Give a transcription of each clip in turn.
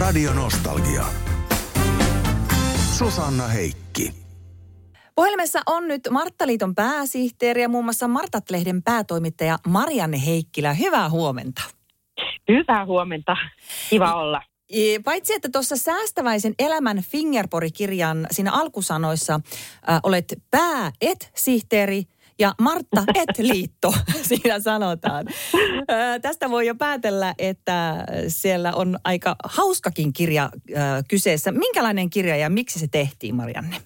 Radio Nostalgia. Susanna Heikki. Puhelimessa on nyt Marttaliiton pääsihteeri ja muun muassa Martat-lehden päätoimittaja Marianne Heikkilä. Hyvää huomenta. Hyvää huomenta. Kiva olla. Paitsi, että tuossa Säästäväisen elämän Fingerpori-kirjan siinä alkusanoissa olet sihteeri ja Martta et liitto, siinä sanotaan. Tästä voi jo päätellä, että siellä on aika hauskakin kirja kyseessä. Minkälainen kirja ja miksi se tehtiin, Marianne?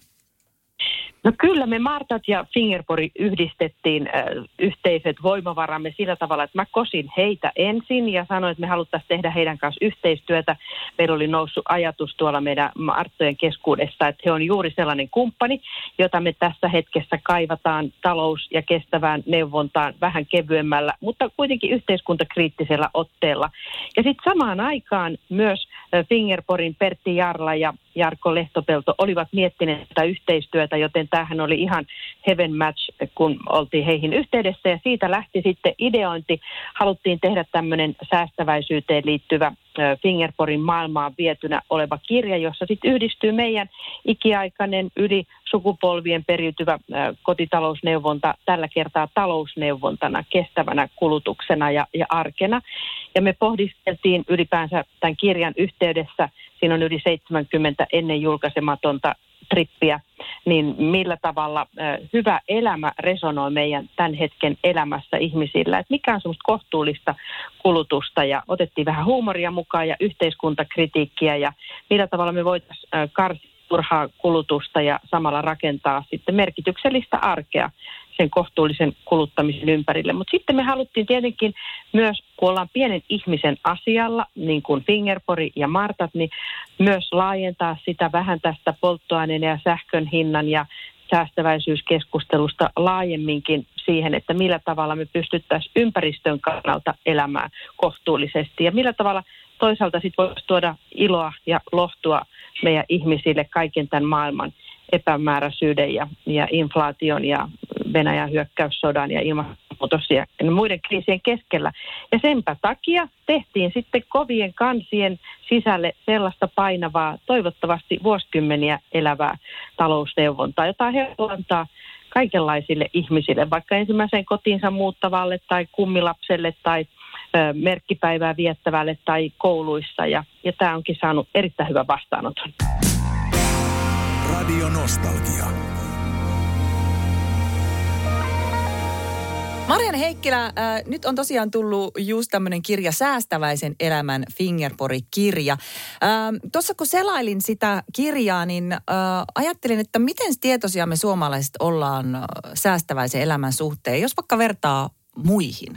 No kyllä me Martat ja Fingerpori yhdistettiin yhteiset voimavaramme sillä tavalla, että mä kosin heitä ensin ja sanoin, että me haluttaisiin tehdä heidän kanssa yhteistyötä. Meillä oli noussut ajatus tuolla meidän Marttojen keskuudessa, että he on juuri sellainen kumppani, jota me tässä hetkessä kaivataan talous- ja kestävään neuvontaan vähän kevyemmällä, mutta kuitenkin yhteiskuntakriittisellä otteella. Ja sitten samaan aikaan myös Fingerporin Pertti Jarla ja Jarkko Lehtopelto olivat miettineet tätä yhteistyötä, joten tämähän oli ihan heaven match, kun oltiin heihin yhteydessä. Ja siitä lähti sitten ideointi. Haluttiin tehdä tämmöinen säästäväisyyteen liittyvä Fingerporin maailmaan vietynä oleva kirja, jossa sitten yhdistyy meidän ikiaikainen yli sukupolvien periytyvä kotitalousneuvonta, tällä kertaa talousneuvontana, kestävänä kulutuksena ja arkena. Ja me pohdiskeltiin ylipäänsä tämän kirjan yhteydessä, siinä on yli 70 ennen julkaisematonta trippiä, niin millä tavalla hyvä elämä resonoi meidän tämän hetken elämässä ihmisillä. Että mikä on semmoista kohtuullista kulutusta ja otettiin vähän huumoria mukaan ja yhteiskuntakritiikkiä ja millä tavalla me voitaisiin karsia turhaa kulutusta ja samalla rakentaa sitten merkityksellistä arkea sen kohtuullisen kuluttamisen ympärille. Mutta sitten me haluttiin tietenkin myös, kun ollaan pienen ihmisen asialla, niin kuin Fingerpori ja Martat, niin myös laajentaa sitä vähän tästä polttoaineen ja sähkön hinnan ja säästäväisyyskeskustelusta laajemminkin siihen, että millä tavalla me pystyttäisiin ympäristön kannalta elämään kohtuullisesti ja millä tavalla toisaalta sitten voisi tuoda iloa ja lohtua meidän ihmisille kaiken tämän maailman epämääräisyyden ja inflaation ja Venäjän hyökkäyssodan ja ilmastonmuutos ja muiden kriisien keskellä. Ja senpä takia tehtiin sitten kovien kansien sisälle sellaista painavaa, toivottavasti vuosikymmeniä elävää talousneuvontaa, jota he antaa kaikenlaisille ihmisille, vaikka ensimmäiseen kotiinsa muuttavalle tai kummilapselle tai merkkipäivää viettävälle tai kouluissa. Ja tämä onkin saanut erittäin hyvän vastaanoton. Radio Nostalgia. Marianne Heikkilä, nyt on tosiaan tullut just tämmöinen kirja, Säästäväisen elämän Fingerpori-kirja. Tuossa kun selailin sitä kirjaa, niin ajattelin, että miten tietoisia me suomalaiset ollaan säästäväisen elämän suhteen, jos vaikka vertaa muihin?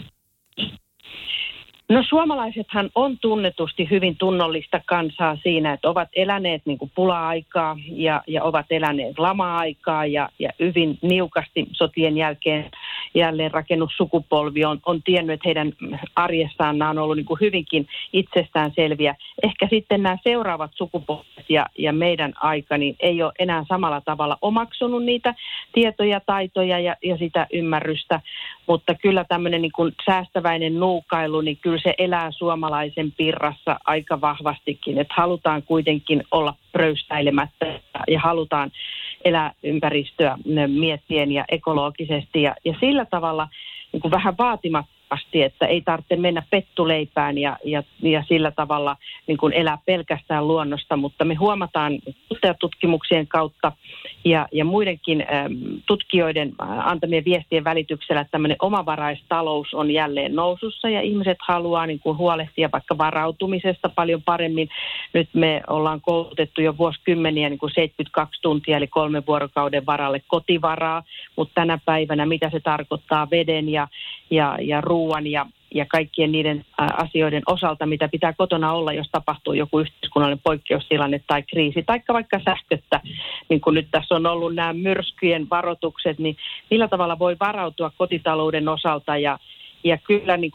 No suomalaisethan on tunnetusti hyvin tunnollista kansaa siinä, että ovat eläneet niin kuin pula-aikaa ja ovat eläneet lama-aikaa ja hyvin niukasti sotien jälkeen jälleen rakennussukupolvi on tiennyt, että heidän arjessaan nämä on ollut niin kuin hyvinkin itsestäänselviä. Ehkä sitten nämä seuraavat sukupolvet ja meidän aika niin ei ole enää samalla tavalla omaksunut niitä tietoja, taitoja ja sitä ymmärrystä, mutta kyllä tämmöinen niin kuin säästäväinen nuukailu, niin kyllä se elää suomalaisen pirrassa aika vahvastikin, että halutaan kuitenkin olla pröystäilemättä ja halutaan elää ympäristöä miettien ja ekologisesti ja sillä tavalla niin kuin vähän vaatimattomasti, että ei tarvitse mennä pettuleipään ja sillä tavalla niin kuin elää pelkästään luonnosta, mutta me huomataan tutkimuksien kautta ja muidenkin tutkijoiden antamien viestien välityksellä, että tämmöinen omavaraistalous on jälleen nousussa ja ihmiset haluaa niin kuin huolehtia vaikka varautumisesta paljon paremmin. Nyt me ollaan koulutettu jo vuosikymmeniä niin kuin 72 tuntia eli 3 vuorokauden varalle kotivaraa, mutta tänä päivänä mitä se tarkoittaa veden ja ruoan ja kaikkien niiden asioiden osalta, mitä pitää kotona olla, jos tapahtuu joku yhteiskunnallinen poikkeustilanne tai kriisi, tai vaikka sähköttä, niin kuin nyt tässä on ollut nämä myrskyjen varoitukset, niin millä tavalla voi varautua kotitalouden osalta ja kyllä niin kuin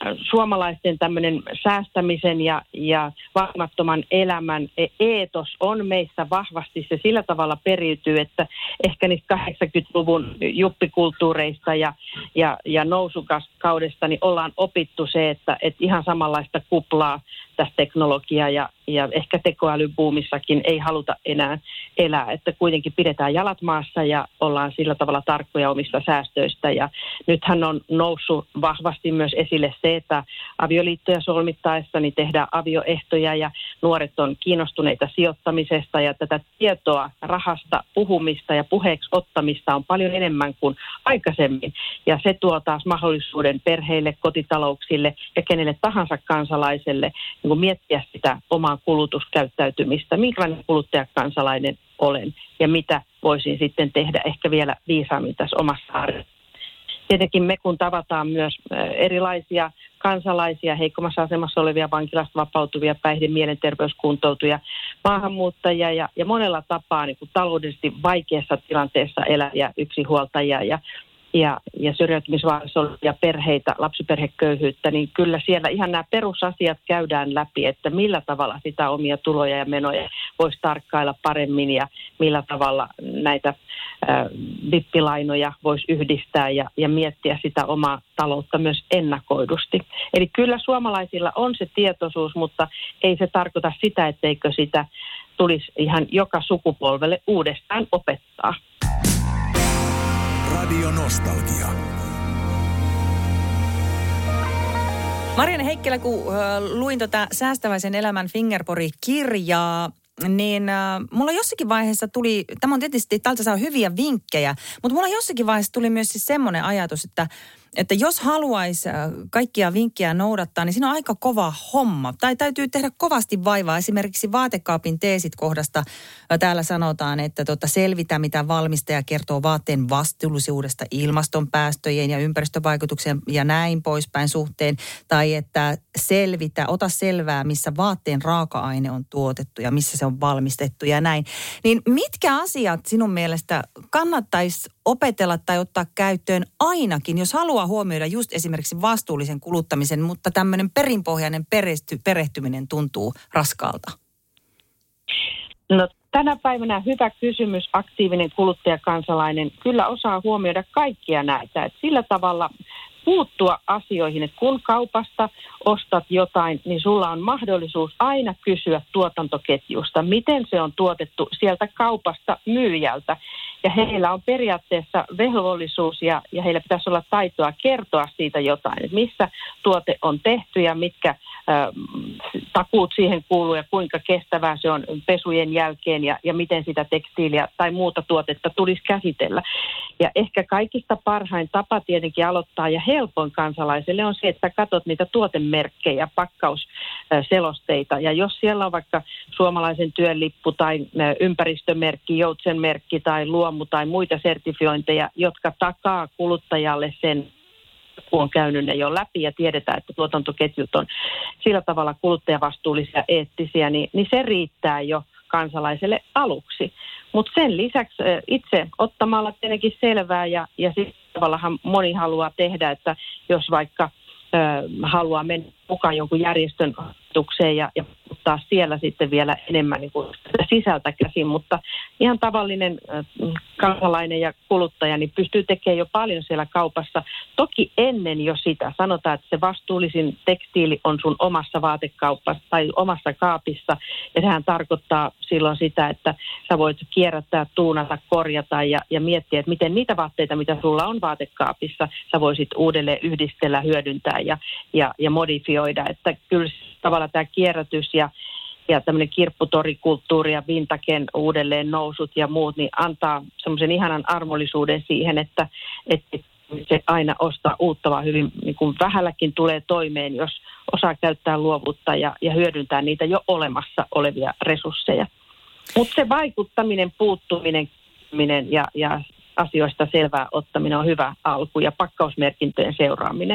suomalaisten tämmöinen säästämisen ja vaatimattoman elämän eetos on meissä vahvasti. Se sillä tavalla periytyy, että ehkä niistä 80-luvun juppikulttuureista ja nousukaudesta niin ollaan opittu se, että ihan samanlaista kuplaa tässä teknologiaa ja ehkä tekoälybuumissakin ei haluta enää elää, että kuitenkin pidetään jalat maassa ja ollaan sillä tavalla tarkkoja omista säästöistä. Ja nythän on noussut vahvasti myös esille se, että avioliittoja solmittaessa niin tehdään avioehtoja ja nuoret on kiinnostuneita sijoittamisesta ja tätä tietoa rahasta puhumista ja puheeksi ottamista on paljon enemmän kuin aikaisemmin. Ja se tuo taas mahdollisuuden perheille, kotitalouksille ja kenelle tahansa kansalaiselle niin kuin miettiä sitä omaa kulutuskäyttäytymistä, minkälainen kuluttajakansalainen olen ja mitä voisin sitten tehdä ehkä vielä viisaammin tässä omassa arjessa. Tietenkin me kun tavataan myös erilaisia kansalaisia, heikommassa asemassa olevia, vankilasta vapautuvia, mielenterveyskuntoutujia, maahanmuuttajia ja monella tapaa niin kuin taloudellisesti vaikeassa tilanteessa eläviä yksinhuoltajia ja syrjäytymisvaarassa olevia perheitä, lapsiperheköyhyyttä, niin kyllä siellä ihan nämä perusasiat käydään läpi, että millä tavalla sitä omia tuloja ja menoja voisi tarkkailla paremmin ja millä tavalla näitä vippilainoja voisi yhdistää ja miettiä sitä omaa taloutta myös ennakoidusti. Eli kyllä suomalaisilla on se tietoisuus, mutta ei se tarkoita sitä, etteikö sitä tulisi ihan joka sukupolvelle uudestaan opettaa. Radio Nostalgia. Marianne Heikkilä, kun luin Säästäväisen elämän Fingerpori-kirjaa, niin mulla jossakin vaiheessa tuli, tämä on tietysti, täältä saa hyviä vinkkejä, mutta mulla jossakin vaiheessa tuli myös siis semmoinen ajatus, että jos haluaisi kaikkia vinkkejä noudattaa, niin siinä on aika kova homma. Tai täytyy tehdä kovasti vaivaa. Esimerkiksi vaatekaapin teesit kohdasta täällä sanotaan, että selvitä, mitä valmistaja kertoo vaatteen vastuullisuudesta ilmastonpäästöjen ja ympäristövaikutuksen ja näin poispäin suhteen. Tai että ota selvää, missä vaatteen raaka-aine on tuotettu ja missä se on valmistettu ja näin. Niin mitkä asiat sinun mielestä kannattaisi opetella tai ottaa käyttöön ainakin, jos haluaa huomioida just esimerkiksi vastuullisen kuluttamisen, mutta tämmöinen perinpohjainen perehtyminen tuntuu raskaalta? No, tänä päivänä hyvä kysymys, aktiivinen kuluttajakansalainen kyllä osaa huomioida kaikkia näitä. Et sillä tavalla puuttua asioihin, että kun kaupasta ostat jotain, niin sulla on mahdollisuus aina kysyä tuotantoketjusta, miten se on tuotettu sieltä kaupasta myyjältä. Ja heillä on periaatteessa velvollisuus ja heillä pitäisi olla taitoa kertoa siitä jotain, että missä tuote on tehty ja mitkä takuut siihen kuuluu ja kuinka kestävää se on pesujen jälkeen ja miten sitä tekstiiliä tai muuta tuotetta tulisi käsitellä. Ja ehkä kaikista parhain tapa tietenkin aloittaa ja helpoin kansalaiselle on se, että katsot niitä tuotemerkkejä, pakkausselosteita. Ja jos siellä on vaikka suomalaisen työlippu tai ympäristömerkki, joutsenmerkki tai luomu tai muita sertifiointeja, jotka takaa kuluttajalle sen, kun on käynyt ne jo läpi ja tiedetään, että tuotantoketjut on sillä tavalla kuluttajavastuullisia, eettisiä, niin se riittää jo kansalaiselle aluksi. Mutta sen lisäksi itse ottamalla tietenkin selvää ja sillä tavallahan moni haluaa tehdä, että jos vaikka haluaa mennä mukaan jonkun järjestön tukseen ja ottaa siellä sitten vielä enemmän niin kuin sisältä käsin, mutta ihan tavallinen kansalainen ja kuluttaja niin pystyy tekemään jo paljon siellä kaupassa. Toki ennen jo sitä sanotaan, että se vastuullisin tekstiili on sun omassa vaatekaupassa tai omassa kaapissa ja sehän tarkoittaa silloin sitä, että sä voit kierrättää, tuunata, korjata ja miettiä, että miten niitä vaatteita, mitä sulla on vaatekaapissa, sä voisit uudelleen yhdistellä, hyödyntää ja modifioida, että kyllä tavallaan tämä kierrätys ja tämmöinen kirpputorikulttuuri ja vintagen uudelleen nousut ja muut, niin antaa semmoisen ihanan armollisuuden siihen, että se aina ostaa uutta, vaan hyvin niin kuin vähälläkin tulee toimeen, jos osaa käyttää luovuutta ja hyödyntää niitä jo olemassa olevia resursseja. Mutta se vaikuttaminen, puuttuminen ja asioista selvää ottaminen on hyvä alku ja pakkausmerkintöjen seuraaminen.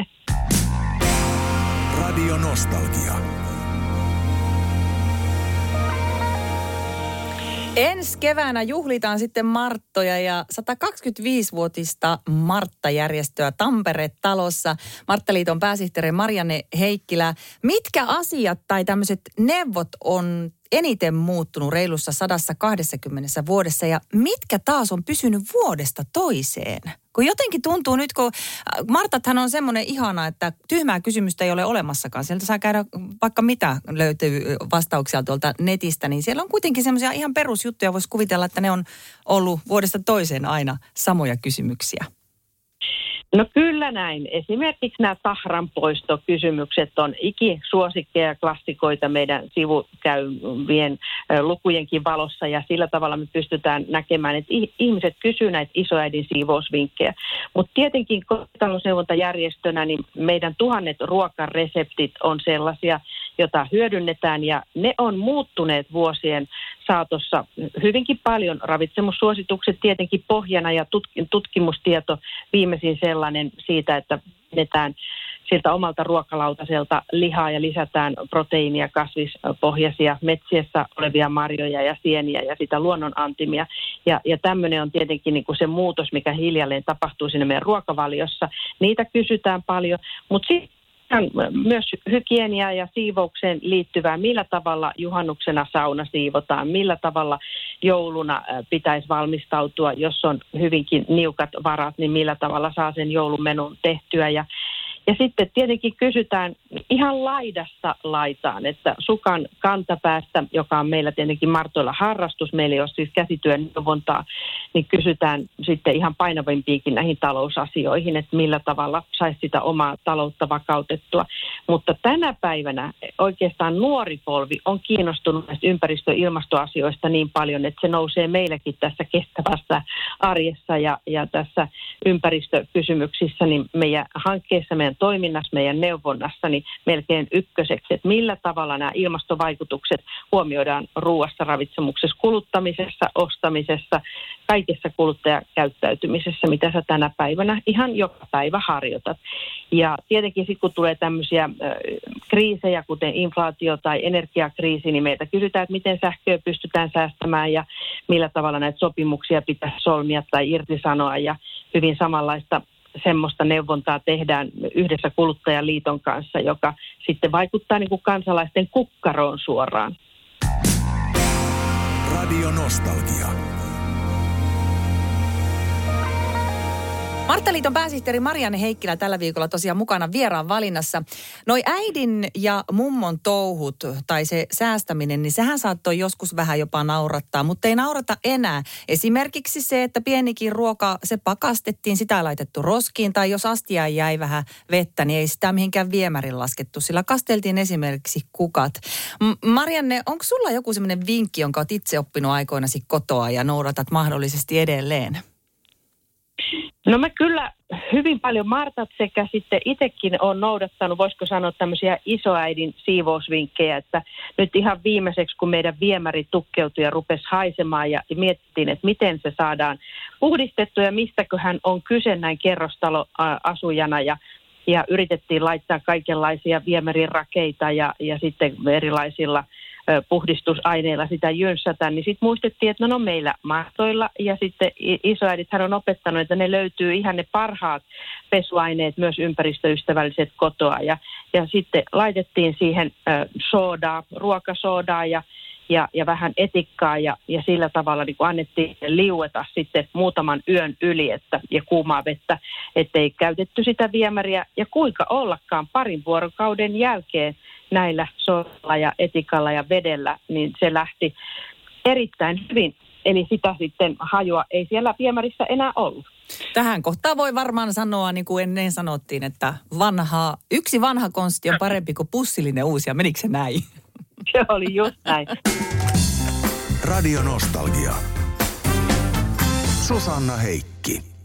Radio Nostalgia. Ensi keväänä juhlitaan sitten Marttoja ja 125-vuotista Martta-järjestöä Tampere-talossa. Marttaliiton pääsihteeri Marianne Heikkilä. Mitkä asiat tai tämmöiset neuvot on eniten muuttunut reilussa 120 vuodessa ja mitkä taas on pysynyt vuodesta toiseen? Kun jotenkin tuntuu nyt, kun Martathan on semmoinen ihana, että tyhmää kysymystä ei ole olemassakaan. Sieltä saa käydä vaikka mitä löytyy vastauksia tuolta netistä, niin siellä on kuitenkin semmoisia ihan perusjuttuja. Voisi kuvitella, että ne on ollut vuodesta toiseen aina samoja kysymyksiä. No kyllä näin. Esimerkiksi nämä tahranpoistokysymykset on ikisuosikkeja ja klassikoita meidän sivukäyvien lukujenkin valossa ja sillä tavalla me pystytään näkemään, että ihmiset kysyvät näitä isoäidin siivousvinkkejä. Mutta tietenkin kotitalousneuvontajärjestönä niin meidän 1000 ruokareseptit on sellaisia, jota hyödynnetään ja ne on muuttuneet vuosien saatossa hyvinkin paljon. Ravitsemussuositukset tietenkin pohjana ja tutkimustieto viimeisin sellainen siitä, että pidetään siltä omalta ruokalautaselta lihaa ja lisätään proteiinia, kasvispohjaisia metsiessä olevia marjoja ja sieniä ja sitä luonnonantimia. Ja tämmöinen on tietenkin niin kuin se muutos, mikä hiljalleen tapahtuu siinä meidän ruokavaliossa. Niitä kysytään paljon, mutta sitten myös hygieniaa ja siivoukseen liittyvää, millä tavalla juhannuksena sauna siivotaan, millä tavalla jouluna pitäisi valmistautua, jos on hyvinkin niukat varat, niin millä tavalla saa sen joulumenun tehtyä. Ja sitten tietenkin kysytään ihan laidasta laitaan, että sukan kantapäästä, joka on meillä tietenkin Martoilla harrastus, meillä ei ole siis käsityön neuvontaa, niin kysytään sitten ihan painavimpiinkin näihin talousasioihin, että millä tavalla saisi sitä omaa taloutta vakautettua. Mutta tänä päivänä oikeastaan nuori polvi on kiinnostunut näistä ympäristö- ja ilmastoasioista niin paljon, että se nousee meilläkin tässä kestävässä arjessa ja tässä ympäristökysymyksissä, niin meidän hankkeessa, meidän toiminnassa, meidän neuvonnassa, niin melkein ykköseksi, että millä tavalla nämä ilmastovaikutukset huomioidaan ruuassa, ravitsemuksessa, kuluttamisessa, ostamisessa, kaikessa kuluttajakäyttäytymisessä, mitä sä tänä päivänä ihan joka päivä harjoitat. Ja tietenkin sitten, kun tulee tämmöisiä kriisejä, kuten inflaatio tai energiakriisi, niin meiltä kysytään, että miten sähköä pystytään säästämään ja millä tavalla näitä sopimuksia pitäisi solmia tai irtisanoa ja hyvin samanlaista semmoista neuvontaa tehdään yhdessä Kuluttajaliiton kanssa, joka sitten vaikuttaa niin kuin kansalaisten kukkaroon suoraan. Radio Nostalgia. Marttaliiton pääsihteeri Marianne Heikkilä tällä viikolla tosiaan mukana vieraan valinnassa. Noi äidin ja mummon touhut tai se säästäminen, niin sehän saattoi joskus vähän jopa naurattaa, mutta ei naurata enää. Esimerkiksi se, että pienikin ruoka, se pakastettiin, sitä ei laitettu roskiin tai jos astiaan jäi vähän vettä, niin ei sitä mihinkään viemärin laskettu. Sillä kasteltiin esimerkiksi kukat. Marianne, onko sulla joku semmoinen vinkki, jonka olet itse oppinut aikoinasi kotoa ja nouratat mahdollisesti edelleen? No mä kyllä hyvin paljon Martat sekä sitten itsekin olen noudattanut, voisiko sanoa tämmöisiä isoäidin siivousvinkkejä, että nyt ihan viimeiseksi, kun meidän viemäri tukkeutui ja rupesi haisemaan ja mietittiin, että miten se saadaan puhdistettua ja mistäköhän on kyse näin kerrostaloasujana ja yritettiin laittaa kaikenlaisia viemärirakeita ja sitten erilaisilla puhdistusaineilla sitä jynssätä, niin sitten muistettiin, että no meillä Martoilla ja sitten isoäidithän on opettanut, että ne löytyy ihan ne parhaat pesuaineet, myös ympäristöystävälliset kotoa ja sitten laitettiin siihen soodaa, ruokasoodaa ja vähän etikkaa ja sillä tavalla niin kuin annettiin liueta sitten muutaman yön yli ja kuumaa vettä, ettei käytetty sitä viemäriä ja kuinka ollakaan parin vuorokauden jälkeen näillä soodalla ja etikalla ja vedellä, niin se lähti erittäin hyvin. Eli sitä sitten hajua ei siellä viemärissä enää ollut. Tähän kohtaan voi varmaan sanoa, niin kuin ennen sanottiin, että yksi vanha konsti on parempi kuin pussillinen uusi, ja menikö se näin? Se oli just näin. Radio Nostalgia. Susanna Heikki.